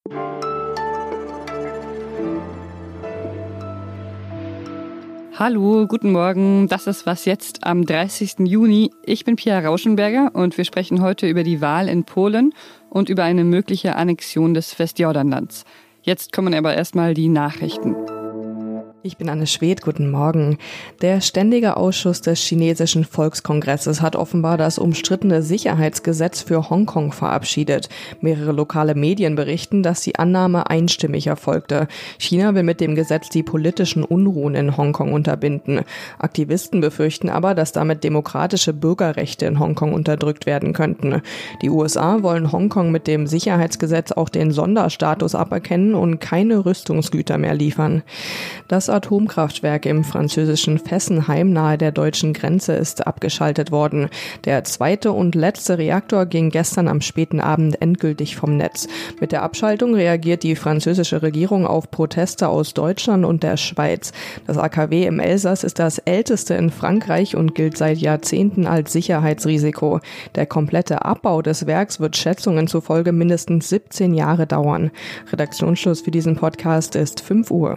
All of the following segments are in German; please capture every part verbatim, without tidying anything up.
Hallo, guten Morgen. Das ist Was jetzt am dreißigsten Juni. Ich bin Pia Rauschenberger und wir sprechen heute über die Wahl in Polen und über eine mögliche Annexion des Westjordanlands. Jetzt kommen aber erstmal die Nachrichten. Ich bin Anne Schwedt, guten Morgen. Der Ständige Ausschuss des chinesischen Volkskongresses hat offenbar das umstrittene Sicherheitsgesetz für Hongkong verabschiedet. Mehrere lokale Medien berichten, dass die Annahme einstimmig erfolgte. China will mit dem Gesetz die politischen Unruhen in Hongkong unterbinden. Aktivisten befürchten aber, dass damit demokratische Bürgerrechte in Hongkong unterdrückt werden könnten. Die U S A wollen Hongkong mit dem Sicherheitsgesetz auch den Sonderstatus aberkennen und keine Rüstungsgüter mehr liefern. Das Atomkraftwerk im französischen Fessenheim nahe der deutschen Grenze ist abgeschaltet worden. Der zweite und letzte Reaktor ging gestern am späten Abend endgültig vom Netz. Mit der Abschaltung reagiert die französische Regierung auf Proteste aus Deutschland und der Schweiz. Das A K W im Elsass ist das älteste in Frankreich und gilt seit Jahrzehnten als Sicherheitsrisiko. Der komplette Abbau des Werks wird Schätzungen zufolge mindestens siebzehn Jahre dauern. Redaktionsschluss für diesen Podcast ist fünf Uhr.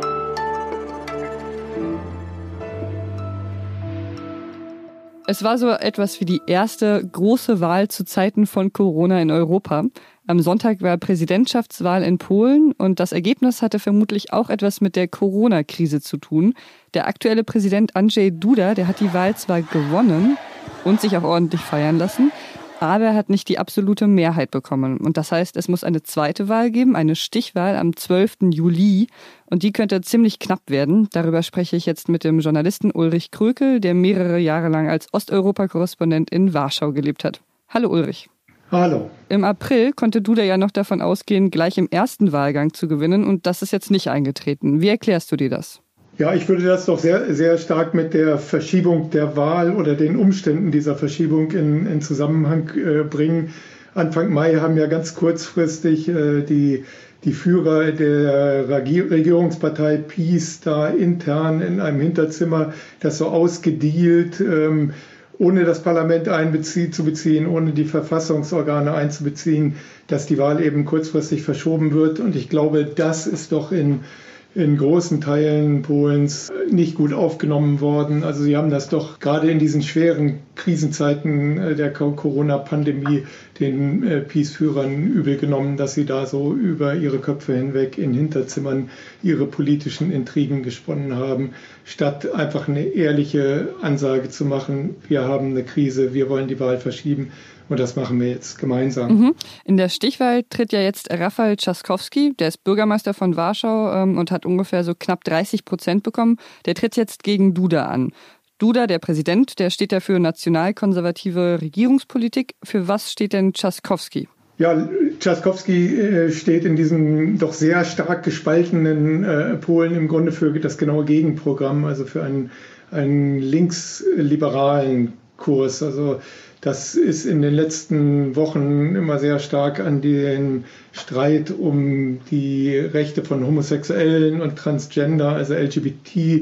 Es war so etwas wie die erste große Wahl zu Zeiten von Corona in Europa. Am Sonntag war Präsidentschaftswahl in Polen und das Ergebnis hatte vermutlich auch etwas mit der Corona-Krise zu tun. Der aktuelle Präsident Andrzej Duda, der hat die Wahl zwar gewonnen und sich auch ordentlich feiern lassen, aber er hat nicht die absolute Mehrheit bekommen. Und das heißt, es muss eine zweite Wahl geben, eine Stichwahl am zwölften Juli. Und die könnte ziemlich knapp werden. Darüber spreche ich jetzt mit dem Journalisten Ulrich Krökel, der mehrere Jahre lang als Osteuropa-Korrespondent in Warschau gelebt hat. Hallo Ulrich. Hallo. Im April konnte Duda ja noch davon ausgehen, gleich im ersten Wahlgang zu gewinnen. Und das ist jetzt nicht eingetreten. Wie erklärst du dir das? Ja, ich würde das doch sehr, sehr stark mit der Verschiebung der Wahl oder den Umständen dieser Verschiebung in, in Zusammenhang äh, bringen. Anfang Mai haben ja ganz kurzfristig äh, die, die Führer der Regierungspartei PiS da intern in einem Hinterzimmer das so ausgedealt, ähm, ohne das Parlament einzubeziehen, ohne die Verfassungsorgane einzubeziehen, dass die Wahl eben kurzfristig verschoben wird. Und ich glaube, das ist doch in in großen Teilen Polens nicht gut aufgenommen worden. Also sie haben das doch gerade in diesen schweren Krisenzeiten der Corona-Pandemie den PiS-Führern übel genommen, dass sie da so über ihre Köpfe hinweg in Hinterzimmern ihre politischen Intrigen gesponnen haben, statt einfach eine ehrliche Ansage zu machen, wir haben eine Krise, wir wollen die Wahl verschieben. Und das machen wir jetzt gemeinsam. Mhm. In der Stichwahl tritt ja jetzt Rafał Trzaskowski, der ist Bürgermeister von Warschau ähm, und hat ungefähr so knapp dreißig Prozent bekommen. Der tritt jetzt gegen Duda an. Duda, der Präsident, der steht ja für nationalkonservative Regierungspolitik. Für was steht denn Trzaskowski? Ja, Trzaskowski steht in diesem doch sehr stark gespaltenen äh, Polen im Grunde für das genaue Gegenprogramm, also für einen, einen linksliberalen Kurs. Also das ist in den letzten Wochen immer sehr stark an den Streit um die Rechte von Homosexuellen und Transgender, also L G B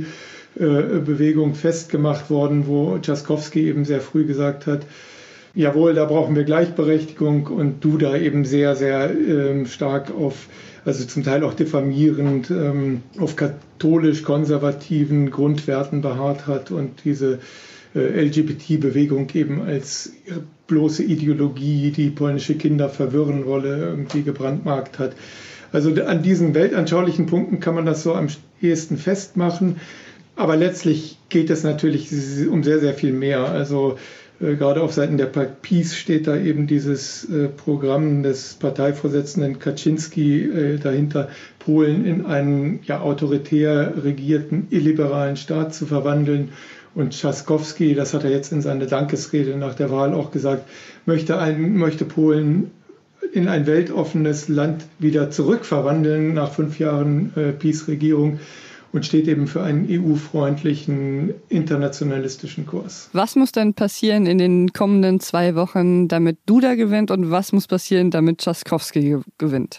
T-Bewegung festgemacht worden, wo Trzaskowski eben sehr früh gesagt hat, jawohl, da brauchen wir Gleichberechtigung, und Duda eben sehr, sehr ähm, stark auf, also zum Teil auch diffamierend, ähm, auf katholisch-konservativen Grundwerten beharrt hat und diese L G B T-Bewegung eben als bloße Ideologie, die polnische Kinder verwirren wolle, irgendwie gebrandmarkt hat. Also an diesen weltanschaulichen Punkten kann man das so am ehesten festmachen. Aber letztlich geht es natürlich um sehr, sehr viel mehr. Also äh, gerade auf Seiten der PiS steht da eben dieses äh, Programm des Parteivorsitzenden Kaczynski äh, dahinter, Polen in einen ja autoritär regierten, illiberalen Staat zu verwandeln. Und Trzaskowski, das hat er jetzt in seiner Dankesrede nach der Wahl auch gesagt, möchte, ein, möchte Polen in ein weltoffenes Land wieder zurückverwandeln nach fünf Jahren äh, PiS-Regierung und steht eben für einen E U-freundlichen, internationalistischen Kurs. Was muss denn passieren in den kommenden zwei Wochen, damit Duda gewinnt, und was muss passieren, damit Trzaskowski gewinnt?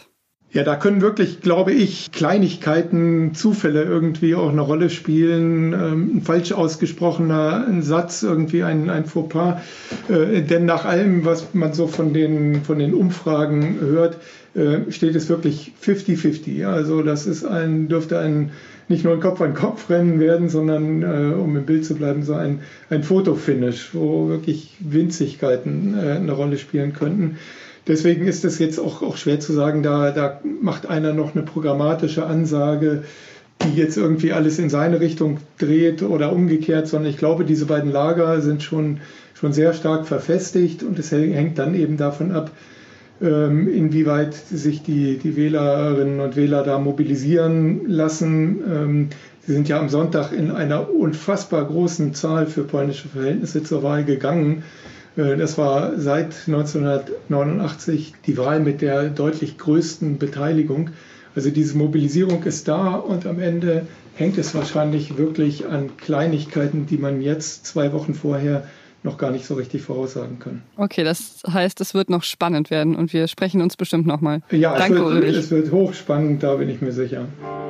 Ja, da können wirklich, glaube ich, Kleinigkeiten, Zufälle irgendwie auch eine Rolle spielen. Ähm, ein falsch ausgesprochener ein Satz, irgendwie ein, ein Fauxpas. Äh, denn nach allem, was man so von den, von den Umfragen hört, äh, steht es wirklich fünfzig fünfzig. Ja? Also das ist ein, dürfte ein nicht nur ein Kopf-an-Kopf-Rennen werden, sondern, äh, um im Bild zu bleiben, so ein, ein Fotofinish, wo wirklich Winzigkeiten äh, eine Rolle spielen könnten. Deswegen ist es jetzt auch, auch schwer zu sagen, da, da macht einer noch eine programmatische Ansage, die jetzt irgendwie alles in seine Richtung dreht oder umgekehrt, sondern ich glaube, diese beiden Lager sind schon, schon sehr stark verfestigt und es hängt dann eben davon ab, ähm, inwieweit sich die, die Wählerinnen und Wähler da mobilisieren lassen. Ähm, sie sind ja am Sonntag in einer unfassbar großen Zahl für polnische Verhältnisse zur Wahl gegangen. Das war seit neunzehnhundertneunundachtzig die Wahl mit der deutlich größten Beteiligung. Also diese Mobilisierung ist da und am Ende hängt es wahrscheinlich wirklich an Kleinigkeiten, die man jetzt zwei Wochen vorher noch gar nicht so richtig voraussagen kann. Okay, das heißt, es wird noch spannend werden und wir sprechen uns bestimmt nochmal. Ja, Danke, es wird, Ulrich. Es wird hochspannend, da bin ich mir sicher.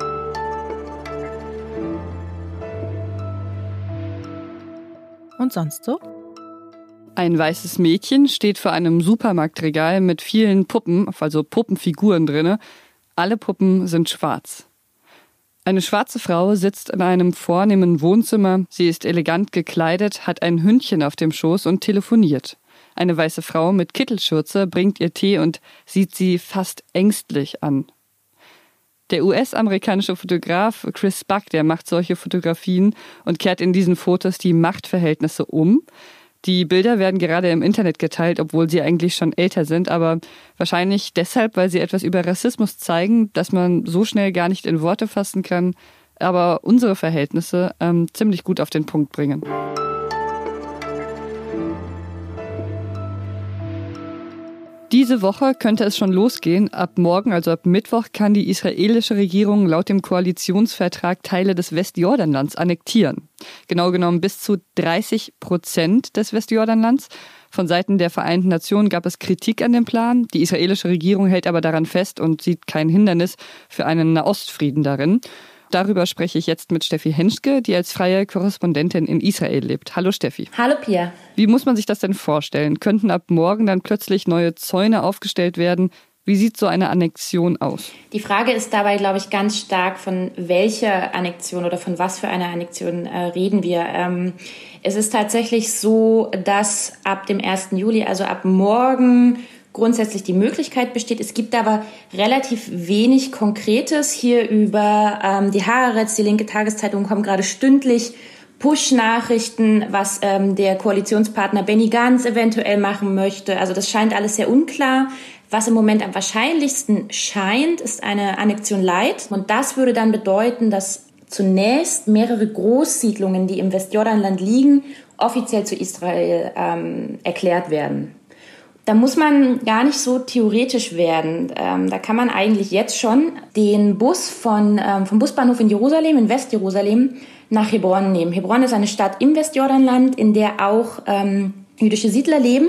Und sonst so? Ein weißes Mädchen steht vor einem Supermarktregal mit vielen Puppen, also Puppenfiguren drinne. Alle Puppen sind schwarz. Eine schwarze Frau sitzt in einem vornehmen Wohnzimmer. Sie ist elegant gekleidet, hat ein Hündchen auf dem Schoß und telefoniert. Eine weiße Frau mit Kittelschürze bringt ihr Tee und sieht sie fast ängstlich an. Der U S-amerikanische Fotograf Chris Buck, der macht solche Fotografien und kehrt in diesen Fotos die Machtverhältnisse um. Die Bilder werden gerade im Internet geteilt, obwohl sie eigentlich schon älter sind, aber wahrscheinlich deshalb, weil sie etwas über Rassismus zeigen, das man so schnell gar nicht in Worte fassen kann, aber unsere Verhältnisse ähm, ziemlich gut auf den Punkt bringen. Diese Woche könnte es schon losgehen. Ab morgen, also ab Mittwoch, kann die israelische Regierung laut dem Koalitionsvertrag Teile des Westjordanlands annektieren. Genau genommen bis zu dreißig Prozent des Westjordanlands. Von Seiten der Vereinten Nationen gab es Kritik an dem Plan. Die israelische Regierung hält aber daran fest und sieht kein Hindernis für einen Nahostfrieden darin. Darüber spreche ich jetzt mit Steffi Henschke, die als freie Korrespondentin in Israel lebt. Hallo Steffi. Hallo Pia. Wie muss man sich das denn vorstellen? Könnten ab morgen dann plötzlich neue Zäune aufgestellt werden? Wie sieht so eine Annexion aus? Die Frage ist dabei, glaube ich, ganz stark, von welcher Annexion oder von was für einer Annexion äh, reden wir. Ähm, es ist tatsächlich so, dass ab dem ersten Juli, also ab morgen, grundsätzlich die Möglichkeit besteht. Es gibt aber relativ wenig Konkretes hier über ähm, die Haaretz, die linke Tageszeitung, kommen gerade stündlich Push-Nachrichten, was ähm, der Koalitionspartner Benny Gantz eventuell machen möchte. Also das scheint alles sehr unklar. Was im Moment am wahrscheinlichsten scheint, ist eine Annexion Light. Und das würde dann bedeuten, dass zunächst mehrere Großsiedlungen, die im Westjordanland liegen, offiziell zu Israel ähm, erklärt werden. Da muss man gar nicht so theoretisch werden. Ähm, da kann man eigentlich jetzt schon den Bus von, ähm, vom Busbahnhof in Jerusalem, in Westjerusalem, nach Hebron nehmen. Hebron ist eine Stadt im Westjordanland, in der auch ähm, jüdische Siedler leben.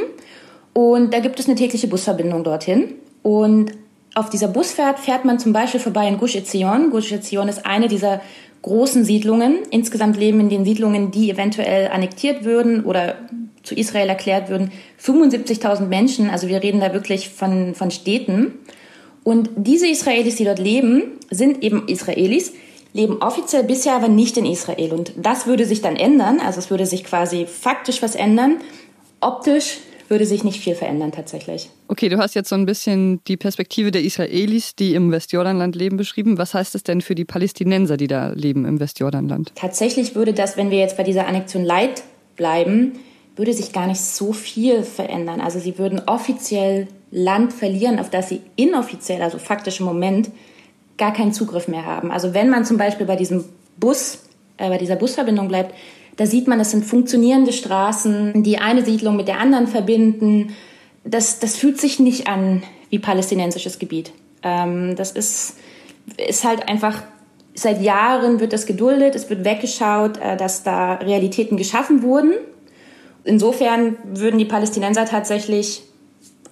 Und da gibt es eine tägliche Busverbindung dorthin. Und auf dieser Busfahrt fährt man zum Beispiel vorbei in Gush Etzion. Gush Etzion ist eine dieser großen Siedlungen. Insgesamt leben in den Siedlungen, die eventuell annektiert würden oder zu Israel erklärt würden, fünfundsiebzigtausend Menschen. Also wir reden da wirklich von, von Städten. Und diese Israelis, die dort leben, sind eben Israelis, leben offiziell bisher aber nicht in Israel. Und das würde sich dann ändern. Also es würde sich quasi faktisch was ändern. Optisch würde sich nicht viel verändern tatsächlich. Okay, du hast jetzt so ein bisschen die Perspektive der Israelis, die im Westjordanland leben, beschrieben. Was heißt das denn für die Palästinenser, die da leben im Westjordanland? Tatsächlich würde das, wenn wir jetzt bei dieser Annexion Light bleiben, würde sich gar nicht so viel verändern. Also sie würden offiziell Land verlieren, auf das sie inoffiziell, also faktisch im Moment, gar keinen Zugriff mehr haben. Also wenn man zum Beispiel bei diesem Bus, äh, bei dieser Busverbindung bleibt, da sieht man, es sind funktionierende Straßen, die eine Siedlung mit der anderen verbinden. Das, das fühlt sich nicht an wie palästinensisches Gebiet. Ähm, das ist, ist halt einfach, seit Jahren wird das geduldet, es wird weggeschaut, äh, dass da Realitäten geschaffen wurden. Insofern würden die Palästinenser tatsächlich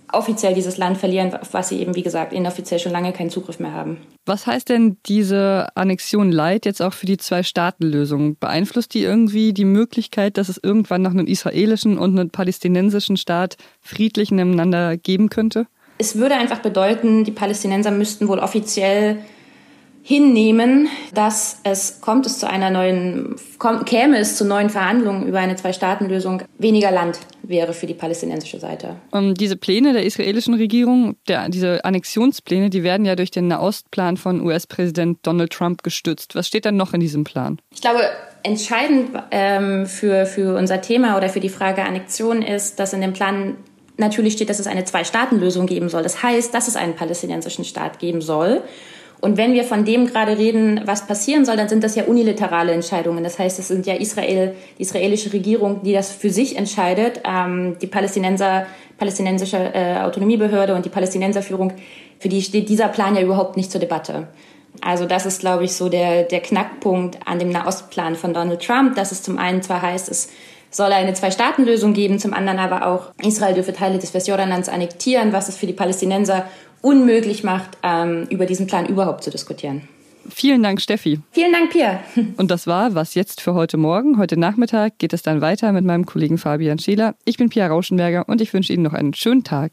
offiziell dieses Land verlieren, auf was sie eben, wie gesagt, inoffiziell schon lange keinen Zugriff mehr haben. Was heißt denn diese Annexion Light jetzt auch für die Zwei-Staaten-Lösung? Beeinflusst die irgendwie die Möglichkeit, dass es irgendwann noch einen israelischen und einen palästinensischen Staat friedlich nebeneinander geben könnte? Es würde einfach bedeuten, die Palästinenser müssten wohl offiziell hinnehmen, dass es kommt es zu einer neuen, komm, käme es zu neuen Verhandlungen über eine Zwei-Staaten-Lösung, weniger Land wäre für die palästinensische Seite. Um, diese Pläne der israelischen Regierung, der, diese Annexionspläne, die werden ja durch den Nahostplan von U S-Präsident Donald Trump gestützt. Was steht dann noch in diesem Plan? Ich glaube, entscheidend ähm, für, für unser Thema oder für die Frage Annexion ist, dass in dem Plan natürlich steht, dass es eine Zwei-Staaten-Lösung geben soll. Das heißt, dass es einen palästinensischen Staat geben soll. Und wenn wir von dem gerade reden, was passieren soll, dann sind das ja unilaterale Entscheidungen. Das heißt, es sind ja Israel, die israelische Regierung, die das für sich entscheidet. Ähm, die Palästinenser, palästinensische äh, Autonomiebehörde und die Palästinenserführung, für die steht dieser Plan ja überhaupt nicht zur Debatte. Also das ist, glaube ich, so der, der Knackpunkt an dem Nahostplan von Donald Trump, dass es zum einen zwar heißt, es soll eine Zwei-Staaten-Lösung geben, zum anderen aber auch, Israel dürfe Teile des Westjordanlands annektieren, was es für die Palästinenser unmöglich macht, ähm, über diesen Plan überhaupt zu diskutieren. Vielen Dank, Steffi. Vielen Dank, Pia. Und das war Was jetzt für heute Morgen. Heute Nachmittag geht es dann weiter mit meinem Kollegen Fabian Scheler. Ich bin Pia Rauschenberger und ich wünsche Ihnen noch einen schönen Tag.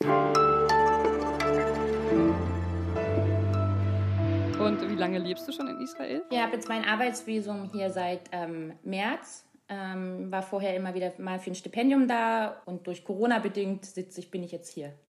Und wie lange lebst du schon in Israel? Ich habe jetzt mein Arbeitsvisum hier seit ähm, März. Ähm, war vorher immer wieder mal für ein Stipendium da und durch Corona bedingt sitze ich, bin ich jetzt hier.